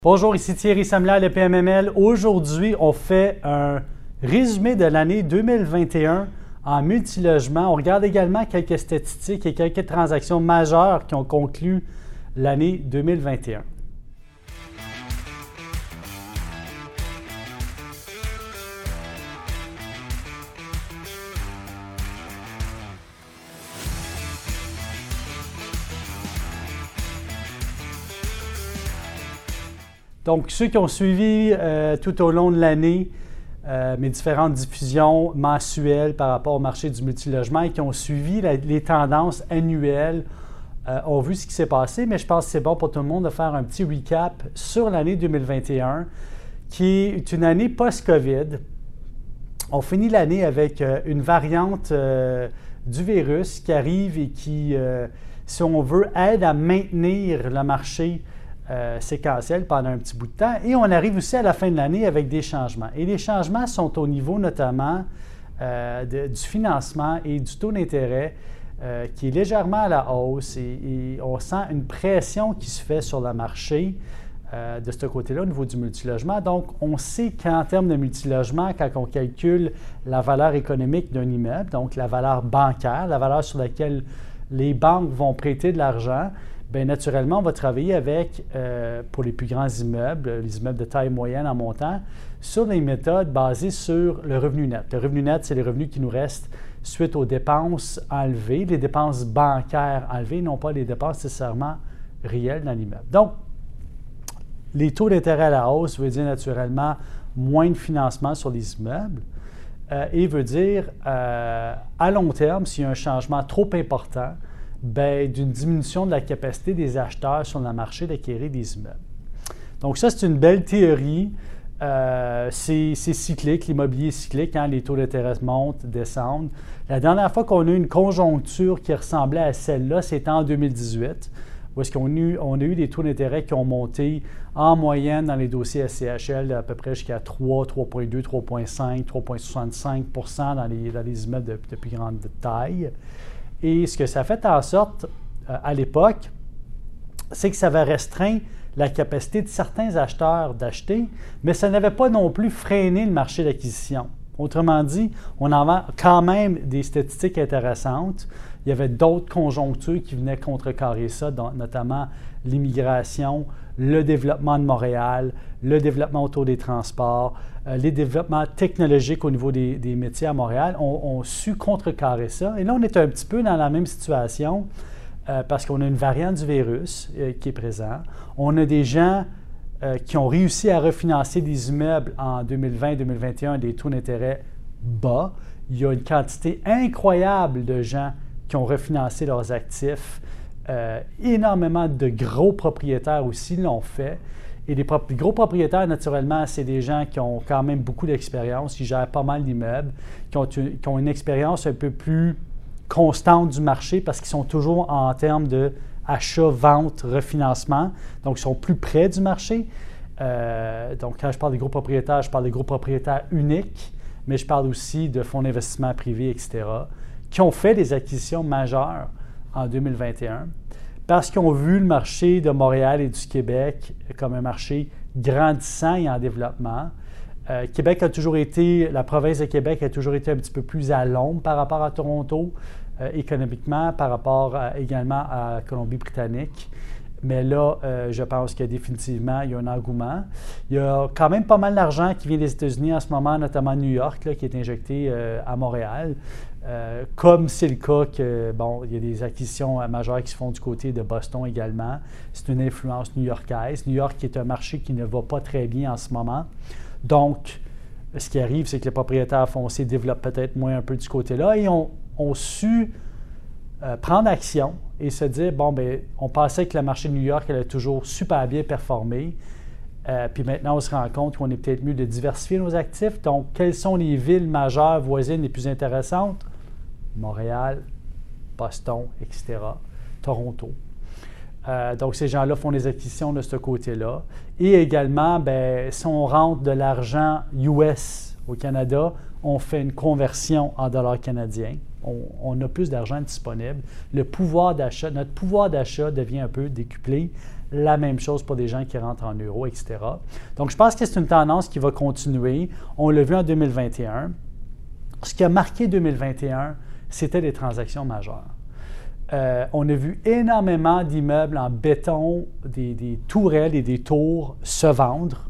Bonjour, ici Thierry Samler de PMML. Aujourd'hui, on fait un résumé de l'année 2021 en multilogement. On regarde également quelques statistiques et quelques transactions majeures qui ont conclu l'année 2021. Donc, ceux qui ont suivi tout au long de l'année mes différentes diffusions mensuelles par rapport au marché du multilogement et qui ont suivi les tendances annuelles ont vu ce qui s'est passé, mais je pense que c'est bon pour tout le monde de faire un petit recap sur l'année 2021, qui est une année post-COVID. On finit l'année avec une variante du virus qui arrive et qui, si on veut, aide à maintenir le marché séquentiel pendant un petit bout de temps. Et on arrive aussi à la fin de l'année avec des changements. Et les changements sont au niveau notamment du financement et du taux d'intérêt qui est légèrement à la hausse. Et on sent une pression qui se fait sur le marché de ce côté-là au niveau du multilogement. Donc, on sait qu'en termes de multilogement, quand on calcule la valeur économique d'un immeuble, donc la valeur bancaire, la valeur sur laquelle les banques vont prêter de l'argent, bien, naturellement, on va travailler avec, pour les plus grands immeubles, les immeubles de taille moyenne en montant, sur les méthodes basées sur le revenu net. Le revenu net, c'est les revenus qui nous restent suite aux dépenses enlevées, les dépenses bancaires enlevées, non pas les dépenses nécessairement réelles dans l'immeuble. Donc, les taux d'intérêt à la hausse veut dire naturellement moins de financement sur les immeubles et veut dire, à long terme, s'il y a un changement trop important, d'une diminution de la capacité des acheteurs sur le marché d'acquérir des immeubles. Donc ça, c'est une belle théorie. C'est cyclique, l'immobilier est cyclique, hein, les taux d'intérêt montent, descendent. La dernière fois qu'on a eu une conjoncture qui ressemblait à celle-là, c'était en 2018, où est-ce qu'on a eu des taux d'intérêt qui ont monté en moyenne dans les dossiers SCHL à peu près jusqu'à 3, 3,2, 3,5, 3,65 % dans les immeubles de plus grande taille. Et ce que ça fait en sorte, à l'époque, c'est que ça va restreindre la capacité de certains acheteurs d'acheter, mais ça n'avait pas non plus freiné le marché d'acquisition. Autrement dit, on avait quand même des statistiques intéressantes. Il y avait d'autres conjonctures qui venaient contrecarrer ça, notamment l'immigration, le développement de Montréal, le développement autour des transports, les développements technologiques au niveau des métiers à Montréal ont su contrecarrer ça. Et là, on est un petit peu dans la même situation parce qu'on a une variante du virus qui est présent. On a des gens qui ont réussi à refinancer des immeubles en 2020-2021 à des taux d'intérêt bas. Il y a une quantité incroyable de gens qui ont refinancé leurs actifs. Énormément de gros propriétaires aussi l'ont fait. Et les gros propriétaires, naturellement, c'est des gens qui ont quand même beaucoup d'expérience, qui gèrent pas mal d'immeubles, qui ont une expérience un peu plus constante du marché parce qu'ils sont toujours en termes de achat, vente, refinancement. Donc, ils sont plus près du marché. Donc, quand je parle des gros propriétaires, je parle des gros propriétaires uniques, mais je parle aussi de fonds d'investissement privés, etc., qui ont fait des acquisitions majeures en 2021 parce qu'ils ont vu le marché de Montréal et du Québec comme un marché grandissant et en développement. Québec a toujours été, la province de Québec a toujours été un petit peu plus à l'ombre par rapport à Toronto, économiquement, par rapport également à Colombie-Britannique. Mais là, je pense que définitivement, il y a un engouement. Il y a quand même pas mal d'argent qui vient des États-Unis en ce moment, notamment New York, là, qui est injecté à Montréal. Comme c'est le cas que, bon, il y a des acquisitions majeures qui se font du côté de Boston également. C'est une influence new-yorkaise. New York est un marché qui ne va pas très bien en ce moment. Donc, ce qui arrive, c'est que les propriétaires fonciers développent peut-être moins un peu du côté-là et ont su prendre action et se dire, bon, bien, on pensait que le marché de New York allait toujours super bien performer. Puis maintenant, on se rend compte qu'on est peut-être mieux de diversifier nos actifs. Donc, quelles sont les villes majeures voisines les plus intéressantes? Montréal, Boston, etc., Toronto. Donc, ces gens-là font des acquisitions de ce côté-là. Et également, bien, si on rentre de l'argent US au Canada, on fait une conversion en dollars canadiens. On a plus d'argent disponible. Notre pouvoir d'achat devient un peu décuplé La même chose pour des gens qui rentrent en euros, etc. Donc, je pense que c'est une tendance qui va continuer. On l'a vu en 2021. Ce qui a marqué 2021, c'était des transactions majeures. On a vu énormément d'immeubles en béton, des tourelles et des tours se vendre,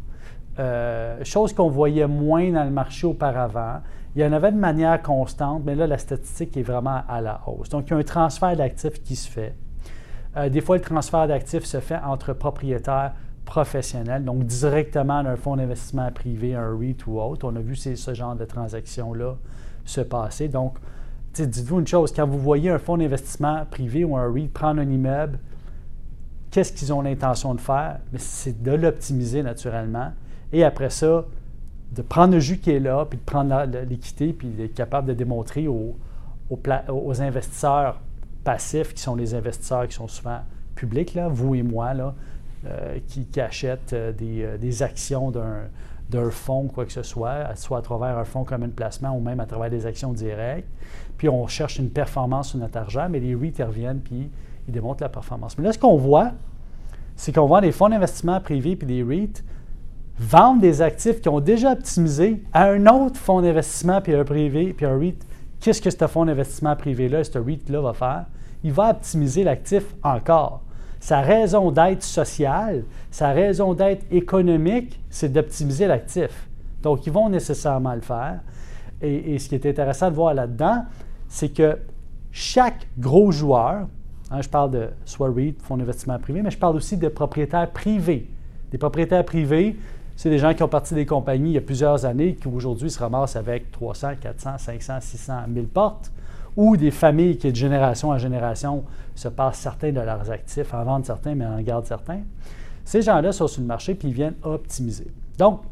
chose qu'on voyait moins dans le marché auparavant. Il y en avait de manière constante, mais là, la statistique est vraiment à la hausse. Donc, il y a un transfert d'actifs qui se fait. Des fois, le transfert d'actifs se fait entre propriétaires professionnels, donc directement d'un fonds d'investissement privé, un REIT ou autre. On a vu ce genre de transactions-là se passer. Donc, dites-vous une chose, quand vous voyez un fonds d'investissement privé ou un REIT prendre un immeuble, qu'est-ce qu'ils ont l'intention de faire? C'est de l'optimiser naturellement. Et après ça, de prendre le jus qui est là, puis de prendre l'équité, puis d'être capable de démontrer aux investisseurs passifs, qui sont les investisseurs qui sont souvent publics, là, vous et moi, là, qui achètent des actions d'un fonds, quoi que ce soit à travers un fonds commun de placement ou même à travers des actions directes. Puis on cherche une performance sur notre argent, mais les REIT reviennent puis ils démontrent la performance. Mais là, ce qu'on voit, c'est qu'on voit des fonds d'investissement privés puis des REIT vendre des actifs qui ont déjà optimisé à un autre fonds d'investissement puis un privé puis un REIT. Qu'est-ce que ce fonds d'investissement privé-là, ce REIT-là va faire? Il va optimiser l'actif encore. Sa raison d'être sociale, sa raison d'être économique, c'est d'optimiser l'actif. Donc, ils vont nécessairement le faire. Et ce qui est intéressant de voir là-dedans, c'est que chaque gros joueur, je parle de soit REIT, fonds d'investissement privé, mais je parle aussi de propriétaires privés. Des propriétaires privés, c'est des gens qui ont parti des compagnies il y a plusieurs années qui aujourd'hui se ramassent avec 300, 400, 500, 600, 1000 portes, ou des familles qui, de génération en génération, se passent certains de leurs actifs, en vendent certains, mais en gardent certains. Ces gens-là sont sur le marché puis ils viennent optimiser. Donc,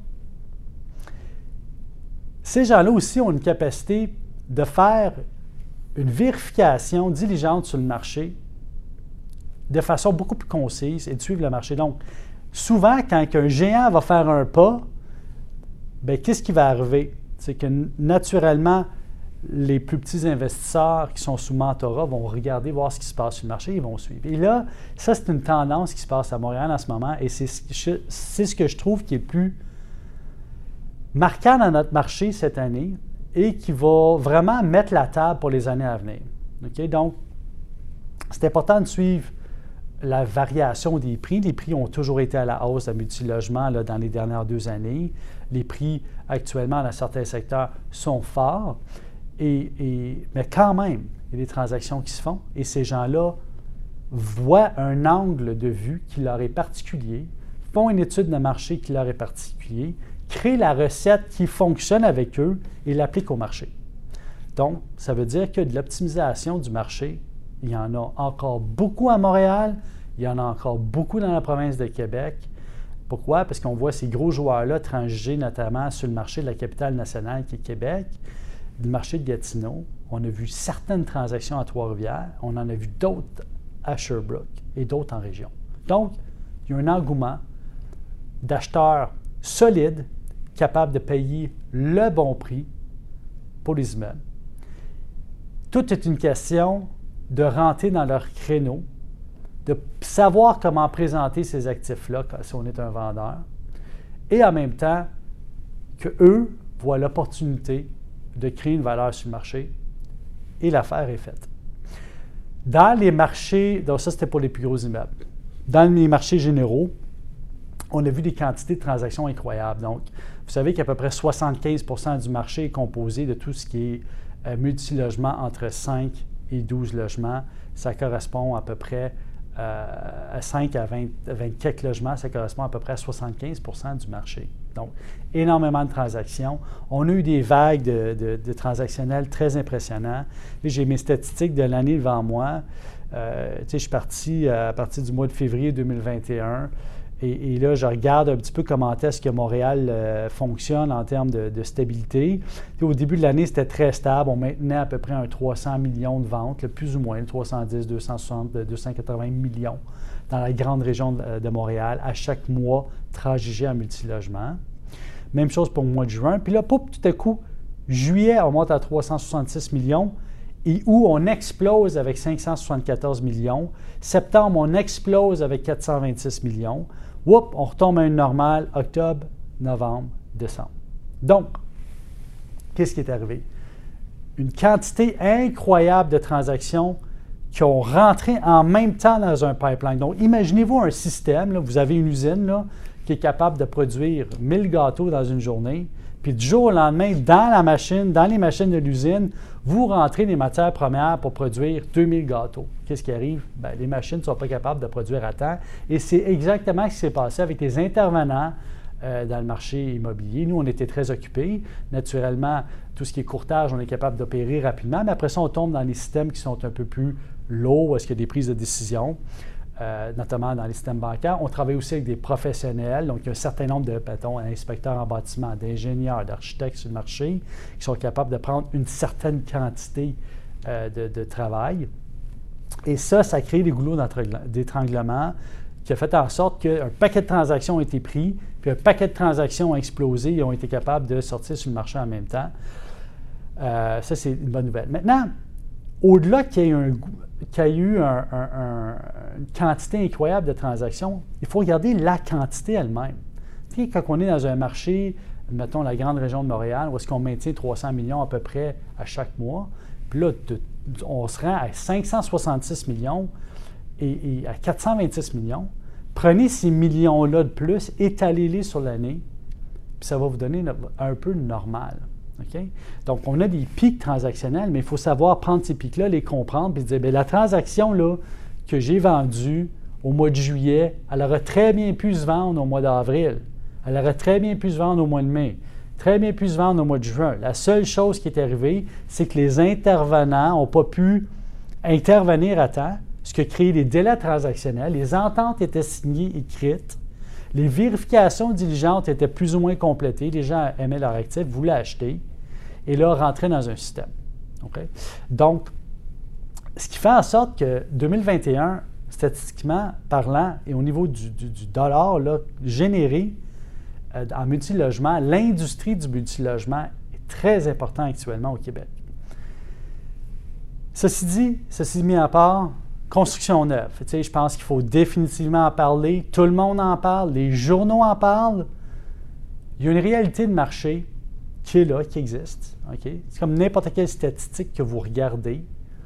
ces gens-là aussi ont une capacité de faire une vérification diligente sur le marché de façon beaucoup plus concise et de suivre le marché. Donc, souvent, quand un géant va faire un pas, bien, qu'est-ce qui va arriver? C'est que naturellement, les plus petits investisseurs qui sont sous mentorat vont regarder, voir ce qui se passe sur le marché, ils vont suivre. Et là, ça, c'est une tendance qui se passe à Montréal en ce moment et c'est ce que je trouve qui est le plus marquant dans notre marché cette année et qui va vraiment mettre la table pour les années à venir. Okay? Donc, c'est important de suivre la variation des prix. Les prix ont toujours été à la hausse à multilogement là, dans les dernières 2 années. Les prix actuellement dans certains secteurs sont forts. Mais quand même, il y a des transactions qui se font et ces gens-là voient un angle de vue qui leur est particulier, font une étude de marché qui leur est particulier, créent la recette qui fonctionne avec eux et l'appliquent au marché. Donc, ça veut dire que de l'optimisation du marché, il y en a encore beaucoup à Montréal, il y en a encore beaucoup dans la province de Québec. Pourquoi? Parce qu'on voit ces gros joueurs-là transiger notamment sur le marché de la capitale nationale qui est Québec, le marché de Gatineau. On a vu certaines transactions à Trois-Rivières, on en a vu d'autres à Sherbrooke et d'autres en région. Donc, il y a un engouement d'acheteurs solides, capables de payer le bon prix pour les immeubles. Tout est une question de rentrer dans leur créneau, de savoir comment présenter ces actifs-là si on est un vendeur, et en même temps qu'eux voient l'opportunité de créer une valeur sur le marché, et l'affaire est faite. Dans les marchés, donc ça c'était pour les plus gros immeubles, dans les marchés généraux, on a vu des quantités de transactions incroyables. Donc, vous savez qu'à peu près 75% du marché est composé de tout ce qui est multilogement entre 5 et 12 logements. Ça correspond à peu près à 5 à 20 quelques logements, ça correspond à peu près à 75% du marché. Donc, énormément de transactions. On a eu des vagues de transactionnels très impressionnants. J'ai mes statistiques de l'année devant moi. Je suis parti à partir du mois de février 2021. Et là, je regarde un petit peu comment est-ce que Montréal fonctionne en termes de stabilité. Puis au début de l'année, c'était très stable. On maintenait à peu près un 300 millions de ventes, plus ou moins, 310, 260, 280 millions dans la grande région de Montréal, à chaque mois, transigé en multilogement. Même chose pour le mois de juin. Puis là, tout à coup, juillet, on monte à 366 millions. et où on explose avec 574 millions. Septembre, on explose avec 426 millions. Oups, on retombe à une normale octobre, novembre, décembre. Donc, qu'est-ce qui est arrivé? Une quantité incroyable de transactions qui ont rentré en même temps dans un pipeline. Donc, imaginez-vous un système, là, vous avez une usine là, qui est capable de produire 1000 gâteaux dans une journée, puis du jour au lendemain, dans la machine, dans les machines de l'usine, vous rentrez des matières premières pour produire 2000 gâteaux. Qu'est-ce qui arrive? Bien, les machines ne sont pas capables de produire à temps. Et c'est exactement ce qui s'est passé avec les intervenants dans le marché immobilier. Nous, on était très occupés. Naturellement, tout ce qui est courtage, on est capable d'opérer rapidement, mais après ça, on tombe dans les systèmes qui sont un peu plus lourds, où est-ce qu'il y a des prises de décision, notamment dans les systèmes bancaires. On travaille aussi avec des professionnels, donc il y a un certain nombre de, mettons, inspecteurs en bâtiment, d'ingénieurs, d'architectes sur le marché qui sont capables de prendre une certaine quantité de travail. Et ça crée des goulots d'étranglement qui a fait en sorte qu'un paquet de transactions ont été pris, puis un paquet de transactions ont explosé et ont été capables de sortir sur le marché en même temps. Ça, c'est une bonne nouvelle. Maintenant, au-delà qu'il y ait eu une quantité incroyable de transactions, il faut regarder la quantité elle-même. Tu sais, quand on est dans un marché, mettons la grande région de Montréal, où est-ce qu'on maintient 300 millions à peu près à chaque mois, puis là, on se rend à 566 millions et à 426 millions. Prenez ces millions-là de plus, étalez-les sur l'année, puis ça va vous donner un peu de normal. Okay? Donc, on a des pics transactionnels, mais il faut savoir prendre ces pics-là, les comprendre, puis se dire, bien, la transaction là, que j'ai vendue au mois de juillet, elle aurait très bien pu se vendre au mois d'avril. Elle aurait très bien pu se vendre au mois de mai. Très bien pu se vendre au mois de juin. La seule chose qui est arrivée, c'est que les intervenants n'ont pas pu intervenir à temps, ce qui a créé des délais transactionnels. Les ententes étaient signées, écrites. Les vérifications diligentes étaient plus ou moins complétées. Les gens aimaient leur actif, voulaient acheter. Et là, rentraient dans un système. Okay? Donc, ce qui fait en sorte que 2021, statistiquement parlant, et au niveau du dollar là, généré en multilogement, l'industrie du multilogement est très importante actuellement au Québec. Ceci mis à part, construction neuve. Tu sais, je pense qu'il faut définitivement en parler. Tout le monde en parle. Les journaux en parlent. Il y a une réalité de marché qui est là, qui existe. Okay? C'est comme n'importe quelle statistique que vous regardez.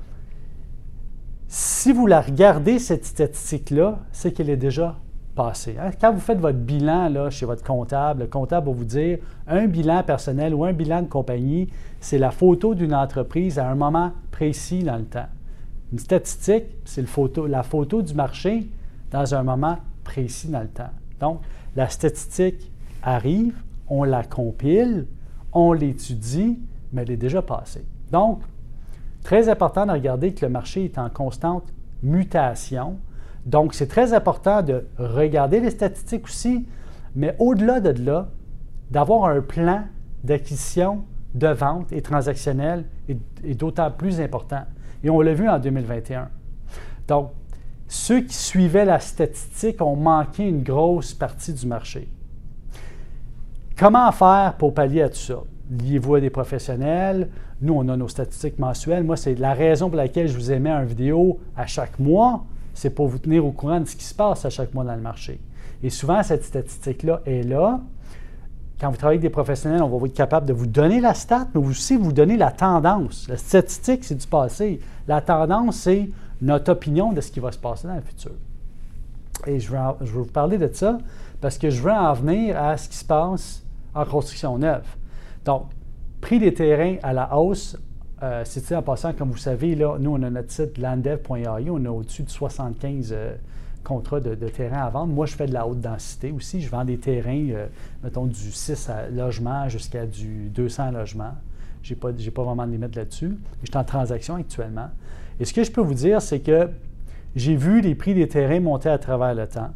Si vous la regardez, cette statistique-là, c'est qu'elle est déjà passée. Hein? Quand vous faites votre bilan là, chez votre comptable, le comptable va vous dire un bilan personnel ou un bilan de compagnie, c'est la photo d'une entreprise à un moment précis dans le temps. Une statistique, c'est la photo du marché dans un moment précis dans le temps. Donc, la statistique arrive, on la compile, on l'étudie, mais elle est déjà passée. Donc, très important de regarder que le marché est en constante mutation. Donc, c'est très important de regarder les statistiques aussi, mais au-delà de là, d'avoir un plan d'acquisition, de vente et transactionnel est d'autant plus important. Et on l'a vu en 2021. Donc, ceux qui suivaient la statistique ont manqué une grosse partie du marché. Comment faire pour pallier à tout ça? Liez-vous à des professionnels. Nous, on a nos statistiques mensuelles. Moi, c'est la raison pour laquelle je vous émets une vidéo à chaque mois. C'est pour vous tenir au courant de ce qui se passe à chaque mois dans le marché. Et souvent, cette statistique-là est là. Quand vous travaillez avec des professionnels, on va être capable de vous donner la stat, mais aussi vous donner la tendance. La statistique, c'est du passé. La tendance, c'est notre opinion de ce qui va se passer dans le futur. Et je veux vous parler de ça parce que je veux en venir à ce qui se passe en construction neuve. Donc, prix des terrains à la hausse, c'est en passant, comme vous savez, là, nous, on a notre site landdev.ai, on a au-dessus de 75 contrats de terrain à vendre. Moi, je fais de la haute densité aussi. Je vends des terrains, mettons, du 6 logements jusqu'à du 200 logements. Je n'ai pas vraiment de limite là-dessus. Je suis en transaction actuellement. Et ce que je peux vous dire, c'est que j'ai vu les prix des terrains monter à travers le temps.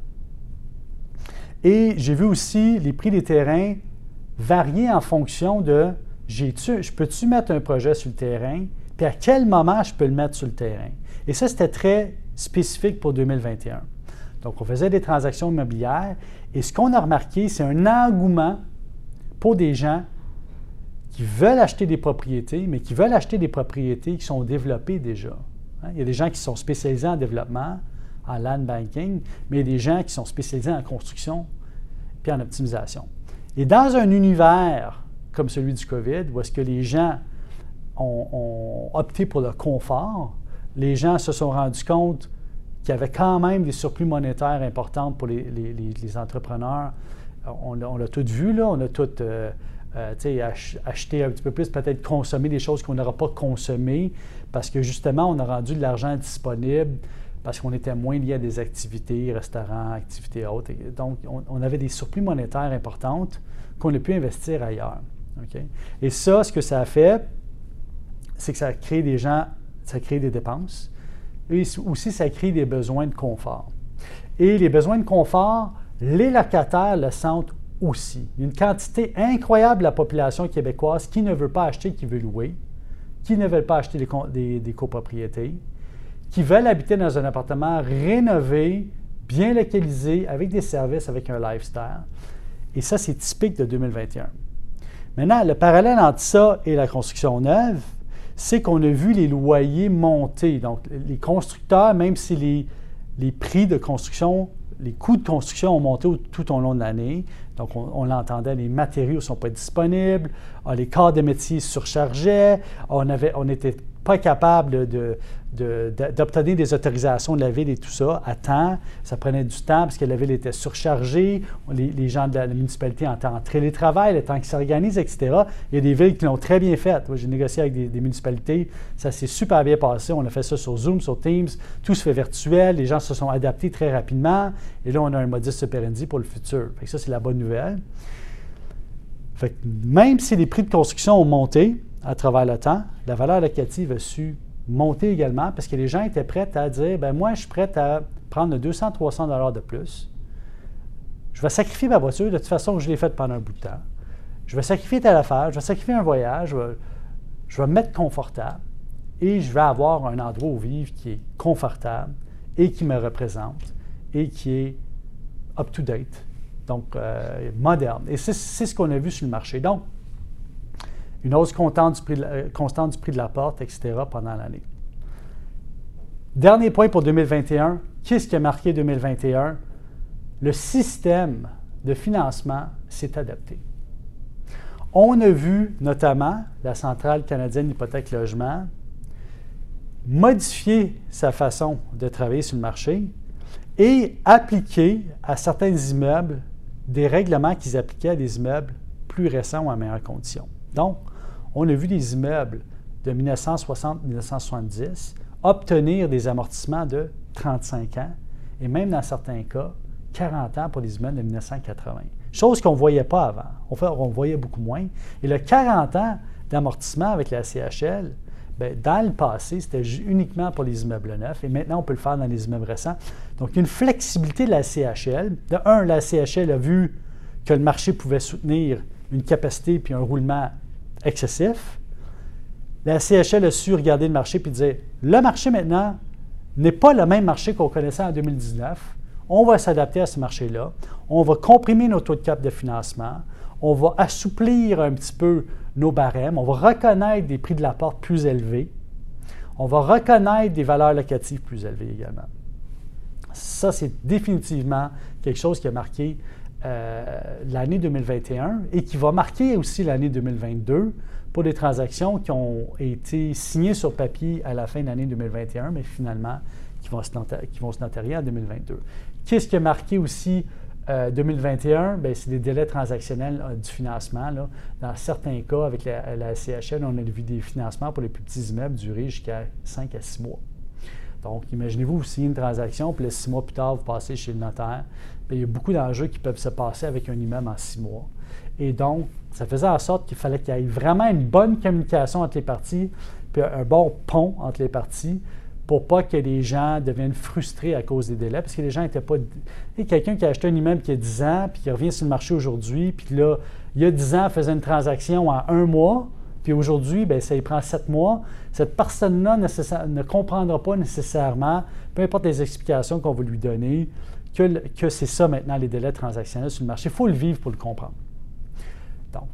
Et j'ai vu aussi les prix des terrains varier en fonction de je peux-tu mettre un projet sur le terrain, puis à quel moment je peux le mettre sur le terrain. Et ça, c'était très spécifique pour 2021. Donc, on faisait des transactions immobilières et ce qu'on a remarqué, c'est un engouement pour des gens qui veulent acheter des propriétés, mais qui veulent acheter des propriétés qui sont développées déjà. Hein? Il y a des gens qui sont spécialisés en développement, en land banking, mais il y a des gens qui sont spécialisés en construction puis en optimisation. Et dans un univers comme celui du COVID, où est-ce que les gens ont opté pour le confort, les gens se sont rendus compte qu'il y avait quand même des surplus monétaires importants pour les entrepreneurs. On l'a tout vu, là, on a tout acheté un petit peu plus, peut-être consommer des choses qu'on n'aura pas consommées, parce que justement, on a rendu de l'argent disponible, parce qu'on était moins lié à des activités, restaurants, activités autres. Donc, on avait des surplus monétaires importantes qu'on a pu investir ailleurs. Okay? Et ça, ce que ça a fait, c'est que ça crée des gens, ça crée des dépenses, et aussi ça crée des besoins de confort. Et les besoins de confort, les locataires le sentent aussi. Il y a une quantité incroyable de la population québécoise qui ne veut pas acheter, qui veut louer, qui ne veulent pas acheter des copropriétés, qui veulent habiter dans un appartement rénové, bien localisé, avec des services, avec un lifestyle. Et ça, c'est typique de 2021. Maintenant, le parallèle entre ça et la construction neuve, c'est qu'on a vu les loyers monter. Donc, les constructeurs, même si les prix de construction, les coûts de construction ont monté tout au long de l'année. Donc, on l'entendait, les matériaux ne sont pas disponibles, les corps de métier surchargeaient, on n'était pas capable d'obtenir des autorisations de la ville et tout ça à temps. Ça prenait du temps parce que la ville était surchargée, les gens de la municipalité étaient en télétravail, le temps qu'ils s'organisent, etc. Il y a des villes qui l'ont très bien fait. Moi, j'ai négocié avec des municipalités, ça s'est super bien passé. On a fait ça sur Zoom, sur Teams, tout se fait virtuel, les gens se sont adaptés très rapidement. Et là, on a un modus operandi pour le futur. Fait que ça, c'est la bonne nouvelle. Fait que même si les prix de construction ont monté à travers le temps, la valeur locative a su monter également parce que les gens étaient prêts à dire, bien moi, je suis prêt à prendre 200-300 $ de plus. Je vais sacrifier ma voiture, de toute façon, je l'ai faite pendant un bout de temps. Je vais sacrifier telle affaire, je vais sacrifier un voyage, je vais me mettre confortable et je vais avoir un endroit où vivre qui est confortable et qui me représente et qui est up-to-date, donc moderne. Et c'est ce qu'on a vu sur le marché. Donc, une hausse constante du prix de la porte, etc. pendant l'année. Dernier point pour 2021. Qu'est-ce qui a marqué 2021? Le système de financement s'est adapté. On a vu notamment la Centrale canadienne d'hypothèque logement modifier sa façon de travailler sur le marché et appliquer à certains immeubles des règlements qu'ils appliquaient à des immeubles plus récents ou en meilleures conditions. Donc, on a vu des immeubles de 1960-1970 obtenir des amortissements de 35 ans et même dans certains cas, 40 ans pour les immeubles de 1980. Chose qu'on ne voyait pas avant. On voyait beaucoup moins. Et le 40 ans d'amortissement avec la CHL, bien, dans le passé, c'était uniquement pour les immeubles neufs et maintenant, on peut le faire dans les immeubles récents. Donc, une flexibilité de la CHL. De un, la CHL a vu que le marché pouvait soutenir une capacité puis un roulement excessif. La CHL a su regarder le marché et dire le marché maintenant n'est pas le même marché qu'on connaissait en 2019. On va s'adapter à ce marché-là. On va comprimer nos taux de cap de financement. On va assouplir un petit peu nos barèmes. On va reconnaître des prix de la porte plus élevés. On va reconnaître des valeurs locatives plus élevées également. Ça, c'est définitivement quelque chose qui a marqué l'année 2021 et qui va marquer aussi l'année 2022 pour des transactions qui ont été signées sur papier à la fin de l'année 2021, mais finalement qui vont se notarier en 2022. Qu'est-ce qui a marqué aussi 2021? Bien, c'est des délais transactionnels du financement. Là. Dans certains cas, avec la CHL, on a vu des financements pour les plus petits immeubles durer jusqu'à 5 à 6 mois. Donc, imaginez-vous, vous signez une transaction, puis là, 6 mois plus tard, vous passez chez le notaire. Bien, il y a beaucoup d'enjeux qui peuvent se passer avec un immeuble en 6 mois. Et donc, ça faisait en sorte qu'il fallait qu'il y ait vraiment une bonne communication entre les parties, puis un bon pont entre les parties, pour pas que les gens deviennent frustrés à cause des délais, parce que les gens n'étaient pas... Et quelqu'un qui a acheté un immeuble qui a 10 ans, puis qui revient sur le marché aujourd'hui, puis là, il y a 10 ans, faisait une transaction en 1 mois, puis aujourd'hui, bien, ça y prend 7 mois. Cette personne-là ne comprendra pas nécessairement, peu importe les explications qu'on va lui donner, que c'est ça maintenant les délais transactionnels sur le marché. Il faut le vivre pour le comprendre. Donc,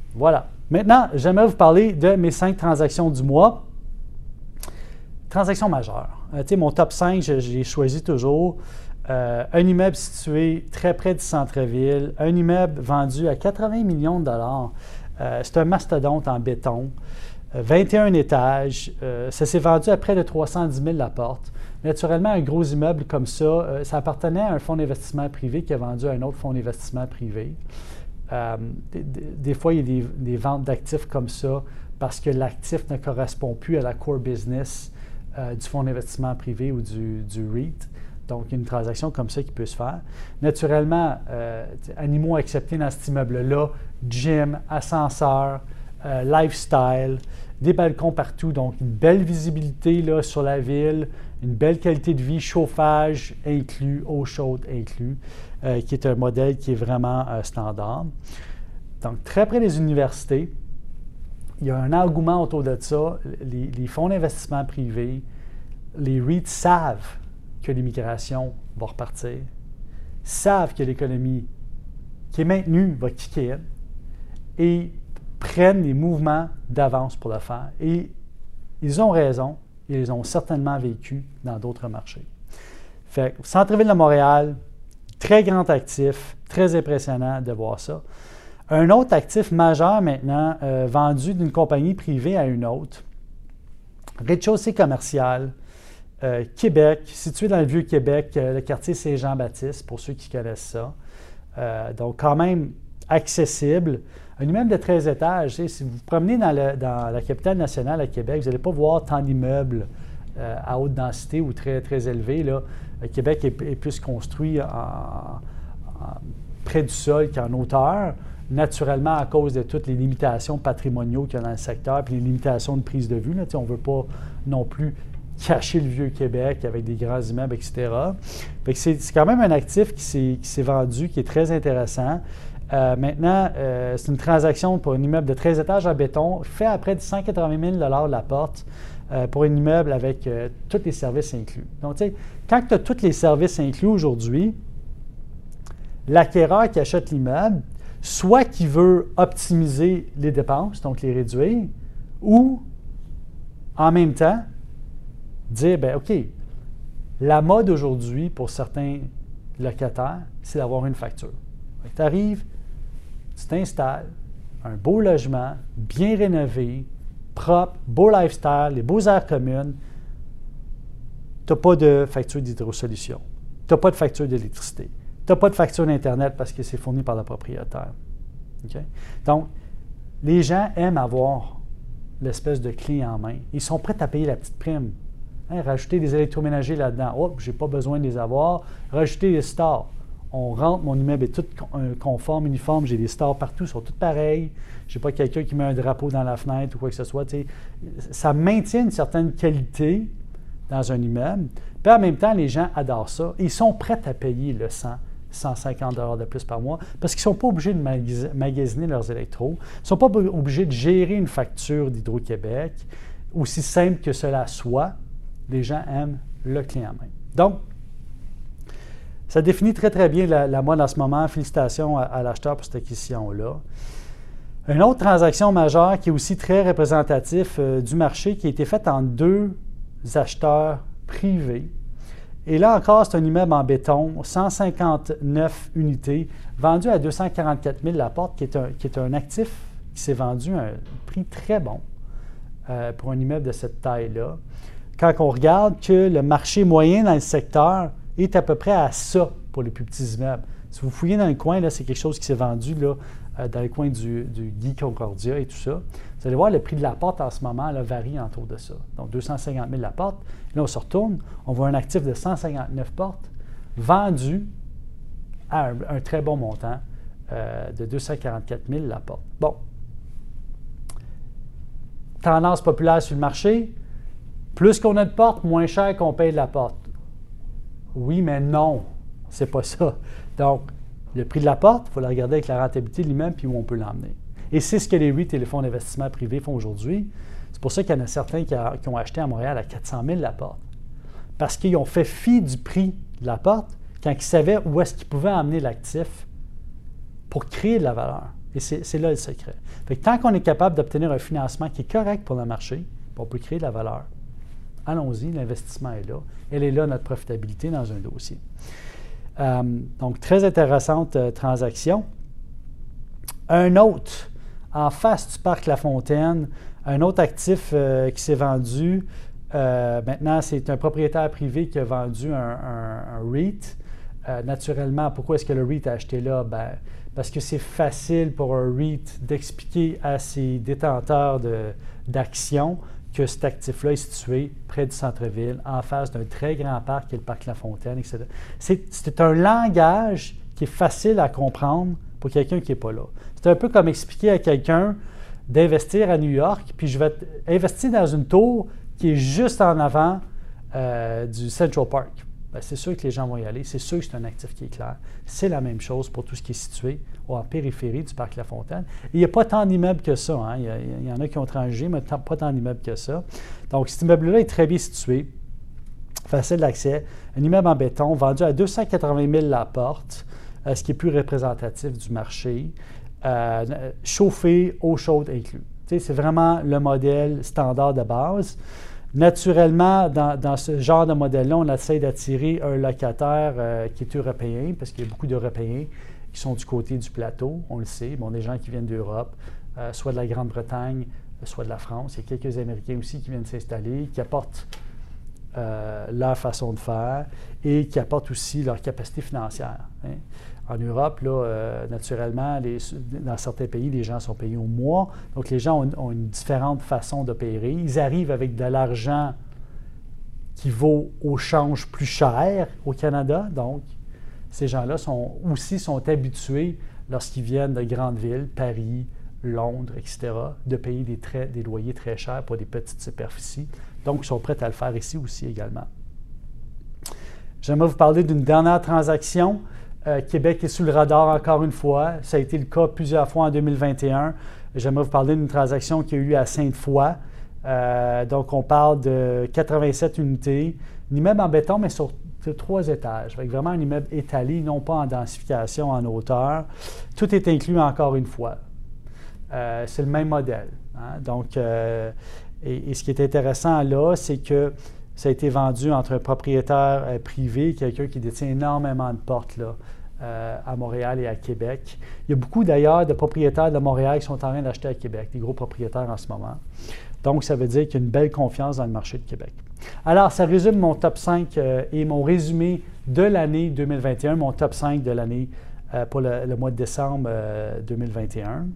Voilà. Maintenant, j'aimerais vous parler de mes 5 transactions du mois. Transactions majeures. Mon top 5, j'ai choisi toujours un immeuble situé très près du centre-ville, un immeuble vendu à 80 millions de dollars. C'est un mastodonte en béton, 21 étages. Ça s'est vendu à près de 310 000 la porte. Naturellement, un gros immeuble comme ça, ça appartenait à un fonds d'investissement privé qui a vendu à un autre fonds d'investissement privé. Des fois, il y a des ventes d'actifs comme ça parce que l'actif ne correspond plus à la core business du fonds d'investissement privé ou du REIT. Donc, il y a une transaction comme ça qui peut se faire. Naturellement, animaux acceptés dans cet immeuble-là, gym, ascenseur, lifestyle, des balcons partout, donc une belle visibilité là, sur la ville, une belle qualité de vie, chauffage inclus, eau chaude inclus, qui est un modèle qui est vraiment standard. Donc, très près des universités, il y a un engouement autour de ça. Les fonds d'investissement privés, les REITs savent que l'immigration va repartir, savent que l'économie qui est maintenue va kicker in et prennent les mouvements d'avance pour le faire. Et ils ont raison, ils ont certainement vécu dans d'autres marchés. Fait que, centre-ville de Montréal, très grand actif, très impressionnant de voir ça. Un autre actif majeur maintenant, vendu d'une compagnie privée à une autre, rez-de-chaussée commercial, Québec, situé dans le Vieux-Québec, le quartier Saint-Jean-Baptiste, pour ceux qui connaissent ça. Donc, quand même accessible. Un immeuble de 13 étages, si vous vous promenez dans la capitale nationale à Québec, vous n'allez pas voir tant d'immeubles à haute densité ou très, très élevés. Là. Québec est plus construit près du sol qu'en hauteur, naturellement à cause de toutes les limitations patrimoniales qu'il y a dans le secteur et les limitations de prise de vue. Là. On ne veut pas non plus cacher le Vieux-Québec avec des grands immeubles, etc. C'est quand même un actif qui s'est vendu, qui est très intéressant. Maintenant, c'est une transaction pour un immeuble de 13 étages en béton, fait à près de 180 000 la porte pour un immeuble avec tous les services inclus. Donc, tu sais, quand tu as tous les services inclus aujourd'hui, l'acquéreur qui achète l'immeuble, soit qui veut optimiser les dépenses, donc les réduire, ou en même temps, dire, bien, OK, la mode aujourd'hui pour certains locataires, c'est d'avoir une facture. Tu arrives, tu t'installes, un beau logement, bien rénové, propre, beau lifestyle, les beaux aires communes. Tu n'as pas de facture d'hydrosolution. Tu n'as pas de facture d'électricité. Tu n'as pas de facture d'Internet parce que c'est fourni par le propriétaire. Okay? Donc, les gens aiment avoir l'espèce de clé en main. Ils sont prêts à payer la petite prime. Rajouter des électroménagers là-dedans. Oh, je n'ai pas besoin de les avoir. Rajouter des stores. On rentre, mon immeuble est tout conforme, uniforme, j'ai des stores partout, ils sont tous pareils. Je n'ai pas quelqu'un qui met un drapeau dans la fenêtre ou quoi que ce soit. T'sais. Ça maintient une certaine qualité dans un immeuble. Puis en même temps, les gens adorent ça. Ils sont prêts à payer le 150 $ de plus par mois parce qu'ils ne sont pas obligés de magasiner leurs électros. Ils ne sont pas obligés de gérer une facture d'Hydro-Québec. Aussi simple que cela soit, les gens aiment le clé en main. Donc, ça définit très, très bien la mode en ce moment. Félicitations à l'acheteur pour cette acquisition-là. Une autre transaction majeure qui est aussi très représentatif du marché, qui a été faite en 2 acheteurs privés. Et là encore, c'est un immeuble en béton, 159 unités, vendu à 244 000 la porte, qui est un actif qui s'est vendu à un prix très bon pour un immeuble de cette taille-là. Quand on regarde que le marché moyen dans le secteur est à peu près à ça pour les plus petits immeubles. Si vous fouillez dans le coin, là, c'est quelque chose qui s'est vendu là, dans le coin du Guy Concordia et tout ça. Vous allez voir, le prix de la porte en ce moment là, varie autour de ça. Donc, 250 000 la porte. Là, on se retourne, on voit un actif de 159 portes vendu à un très bon montant de 244 000 la porte. Bon. Tendance populaire sur le marché, plus qu'on a de portes, moins cher qu'on paye de la porte. Oui, mais non, c'est pas ça. Donc, le prix de la porte, il faut le regarder avec la rentabilité de l'immeuble puis où on peut l'emmener. Et c'est ce que les REIT et les fonds d'investissement privés font aujourd'hui. C'est pour ça qu'il y en a certains qui ont acheté à Montréal à 400 000 la porte. Parce qu'ils ont fait fi du prix de la porte quand ils savaient où est-ce qu'ils pouvaient emmener l'actif pour créer de la valeur. Et c'est là le secret. Fait que tant qu'on est capable d'obtenir un financement qui est correct pour le marché, on peut créer de la valeur. Allons-y, l'investissement est là. Elle est là, notre profitabilité dans un dossier. Donc, très intéressante transaction. Un autre, en face du parc La Fontaine, un autre actif qui s'est vendu. Maintenant, c'est un propriétaire privé qui a vendu un REIT. Naturellement, pourquoi est-ce que le REIT a acheté là? Parce que c'est facile pour un REIT d'expliquer à ses détenteurs d'actions que cet actif-là est situé près du centre-ville, en face d'un très grand parc qui est le parc La Fontaine, etc. C'est un langage qui est facile à comprendre pour quelqu'un qui n'est pas là. C'est un peu comme expliquer à quelqu'un d'investir à New York, puis je vais investir dans une tour qui est juste en avant du Central Park. C'est sûr que les gens vont y aller, c'est sûr que c'est un actif qui est clair. C'est la même chose pour tout ce qui est situé en périphérie du parc La Fontaine. Et il n'y a pas tant d'immeubles que ça. Hein. Il y en a qui ont transigé, mais pas tant d'immeubles que ça. Donc, cet immeuble-là est très bien situé, facile d'accès. Un immeuble en béton vendu à 280 000 la porte, ce qui est plus représentatif du marché. Chauffé, eau chaude inclus. C'est vraiment le modèle standard de base. Naturellement, dans ce genre de modèle-là, on essaie d'attirer un locataire qui est européen, parce qu'il y a beaucoup d'Européens qui sont du côté du plateau, on le sait. Bon, des gens qui viennent d'Europe, soit de la Grande-Bretagne, soit de la France. Il y a quelques Américains aussi qui viennent s'installer, qui apportent leur façon de faire et qui apportent aussi leur capacité financière. Hein. En Europe, là, naturellement, dans certains pays, les gens sont payés au mois. Donc, les gens ont une différente façon d'opérer. Ils arrivent avec de l'argent qui vaut au change plus cher au Canada. Donc, ces gens-là sont habitués, lorsqu'ils viennent de grandes villes, Paris, Londres, etc., de payer des loyers très chers pour des petites superficies. Donc, ils sont prêts à le faire ici aussi également. J'aimerais vous parler d'une dernière transaction. Québec est sous le radar encore une fois. Ça a été le cas plusieurs fois en 2021. J'aimerais vous parler d'une transaction qui a eu lieu à Sainte-Foy. Donc, on parle de 87 unités. Un immeuble en béton, mais sur 3 étages. Avec vraiment un immeuble étalé, non pas en densification, en hauteur. Tout est inclus encore une fois. C'est le même modèle. Hein? Donc, et ce qui est intéressant là, c'est que ça a été vendu entre un propriétaire privé, quelqu'un qui détient énormément de portes là, à Montréal et à Québec. Il y a beaucoup d'ailleurs de propriétaires de Montréal qui sont en train d'acheter à Québec, des gros propriétaires en ce moment. Donc, ça veut dire qu'il y a une belle confiance dans le marché de Québec. Alors, ça résume mon top 5 et mon résumé de l'année 2021, mon top 5 de l'année pour le mois de décembre 2021.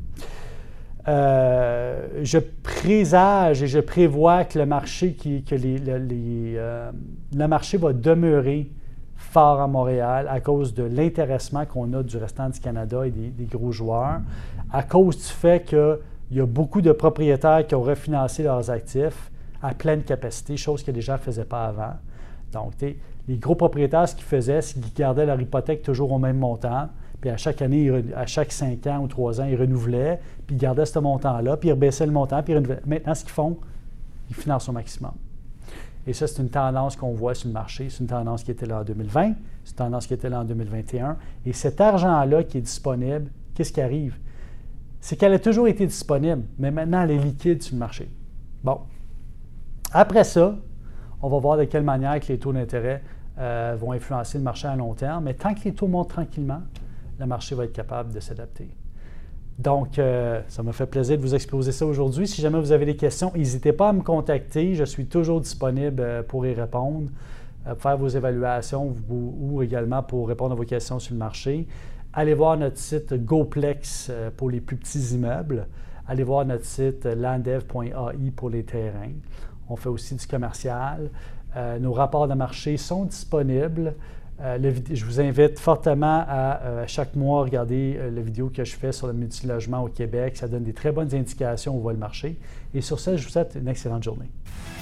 Je présage et je prévois que le marché, le marché va demeurer fort à Montréal à cause de l'intéressement qu'on a du restant du Canada et des gros joueurs, à cause du fait qu'il y a beaucoup de propriétaires qui ont refinancé leurs actifs à pleine capacité, chose que les gens ne faisaient pas avant. Donc, les gros propriétaires, ce qu'ils faisaient, c'est qu'ils gardaient leur hypothèque toujours au même montant. Puis à chaque année, à chaque 5 ans ou 3 ans, ils renouvelaient, puis ils gardaient ce montant-là, puis ils rebaissaient le montant, puis ils renouvelaient. Maintenant, ce qu'ils font, ils financent au maximum. Et ça, c'est une tendance qu'on voit sur le marché. C'est une tendance qui était là en 2020, c'est une tendance qui était là en 2021. Et cet argent-là qui est disponible, qu'est-ce qui arrive? C'est qu'elle a toujours été disponible, mais maintenant, elle est liquide sur le marché. Bon. Après ça, on va voir de quelle manière que les taux d'intérêt vont influencer le marché à long terme. Mais tant que les taux montent tranquillement, le marché va être capable de s'adapter. Donc, ça m'a fait plaisir de vous exposer ça aujourd'hui. Si jamais vous avez des questions, n'hésitez pas à me contacter. Je suis toujours disponible pour y répondre, pour faire vos évaluations ou également pour répondre à vos questions sur le marché. Allez voir notre site GoPlex pour les plus petits immeubles. Allez voir notre site landev.ai pour les terrains. On fait aussi du commercial. Nos rapports de marché sont disponibles. Je vous invite fortement à chaque mois regarder la vidéo que je fais sur le multilogement au Québec. Ça donne des très bonnes indications où va le marché. Et sur ça, je vous souhaite une excellente journée.